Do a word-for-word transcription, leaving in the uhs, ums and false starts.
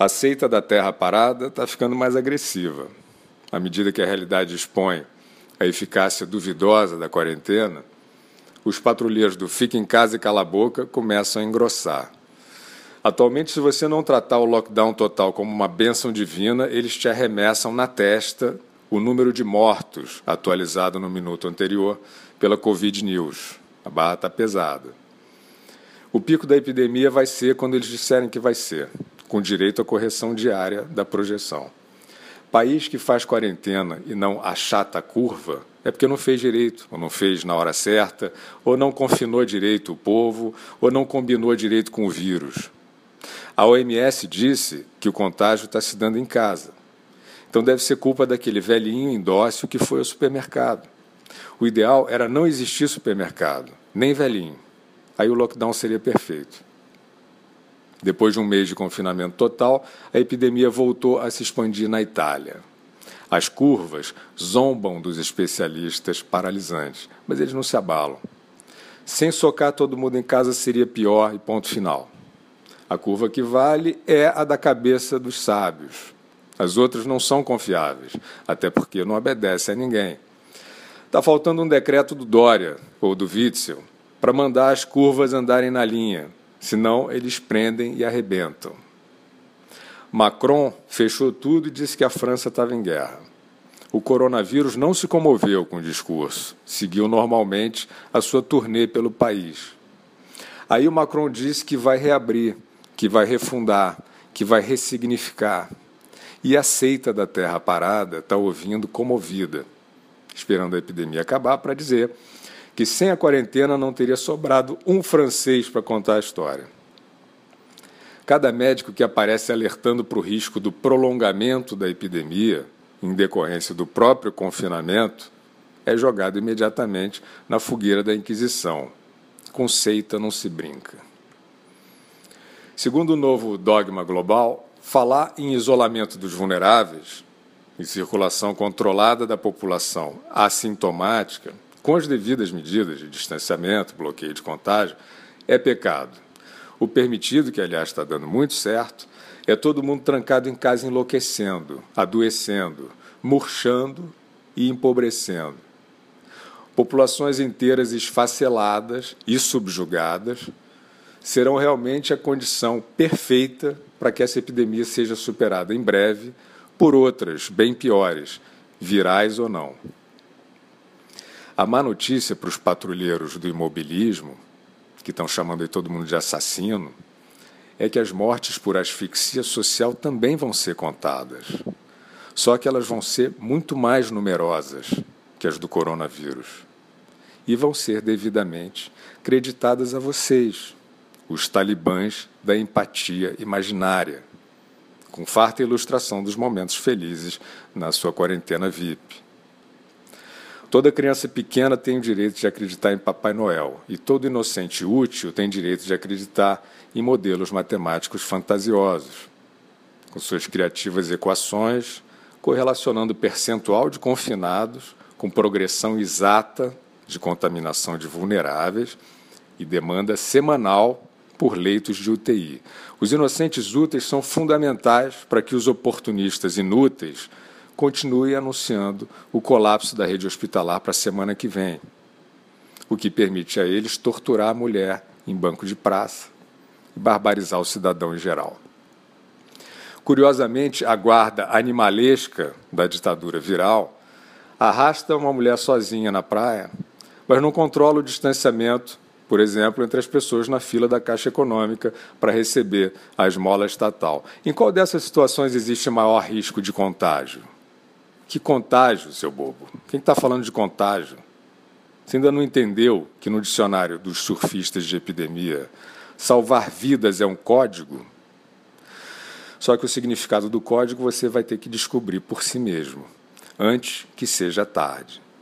A seita da terra parada está ficando mais agressiva. À medida que a realidade expõe a eficácia duvidosa da quarentena, os patrulheiros do fica em casa e cala a boca começam a engrossar. Atualmente, se você não tratar o lockdown total como uma bênção divina, eles te arremessam na testa o número de mortos atualizado no minuto anterior pela Covid News. A barra está pesada. O pico da epidemia vai ser quando eles disserem que vai ser, com direito à correção diária da projeção. País que faz quarentena e não achata a curva é porque não fez direito, ou não fez na hora certa, ou não confinou direito o povo, ou não combinou direito com o vírus. A O M S disse que o contágio está se dando em casa. Então deve ser culpa daquele velhinho indócil que foi ao supermercado. O ideal era não existir supermercado, nem velhinho. Aí o lockdown seria perfeito. Depois de um mês de confinamento total, a epidemia voltou a se expandir na Itália. As curvas zombam dos especialistas paralisantes, mas eles não se abalam. Sem socar todo mundo em casa seria pior e ponto final. A curva que vale é a da cabeça dos sábios. As outras não são confiáveis, até porque não obedecem a ninguém. Está faltando um decreto do Dória, ou do Witzel, para mandar as curvas andarem na linha, senão eles prendem e arrebentam. Macron fechou tudo e disse que a França estava em guerra. O coronavírus não se comoveu com o discurso, seguiu normalmente a sua turnê pelo país. Aí o Macron disse que vai reabrir, que vai refundar, que vai ressignificar. E a seita da terra parada está ouvindo comovida, esperando a epidemia acabar para dizer que sem a quarentena não teria sobrado um francês para contar a história. Cada médico que aparece alertando para o risco do prolongamento da epidemia, em decorrência do próprio confinamento, é jogado imediatamente na fogueira da Inquisição. Com seita não se brinca. Segundo o novo dogma global, falar em isolamento dos vulneráveis, em circulação controlada da população assintomática, com as devidas medidas de distanciamento, bloqueio de contágio, é pecado. O permitido, que aliás está dando muito certo, é todo mundo trancado em casa enlouquecendo, adoecendo, murchando e empobrecendo. Populações inteiras esfaceladas e subjugadas serão realmente a condição perfeita para que essa epidemia seja superada em breve por outras, bem piores, virais ou não. A má notícia para os patrulheiros do imobilismo, que estão chamando aí todo mundo de assassino, é que as mortes por asfixia social também vão ser contadas. Só que elas vão ser muito mais numerosas que as do coronavírus. E vão ser devidamente creditadas a vocês, os talibãs da empatia imaginária, com farta ilustração dos momentos felizes na sua quarentena V I P. Toda criança pequena tem o direito de acreditar em Papai Noel, e todo inocente útil tem direito de acreditar em modelos matemáticos fantasiosos, com suas criativas equações, correlacionando o percentual de confinados com progressão exata de contaminação de vulneráveis e demanda semanal por leitos de U T I. Os inocentes úteis são fundamentais para que os oportunistas inúteis continuem anunciando o colapso da rede hospitalar para a semana que vem, o que permite a eles torturar a mulher em banco de praça e barbarizar o cidadão em geral. Curiosamente, a guarda animalesca da ditadura viral arrasta uma mulher sozinha na praia, mas não controla o distanciamento, por exemplo, entre as pessoas na fila da Caixa Econômica para receber a esmola estatal. Em qual dessas situações existe maior risco de contágio? Que contágio, seu bobo? Quem está falando de contágio? Você ainda não entendeu que no dicionário dos surfistas de epidemia, salvar vidas é um código? Só que o significado do código você vai ter que descobrir por si mesmo, antes que seja tarde.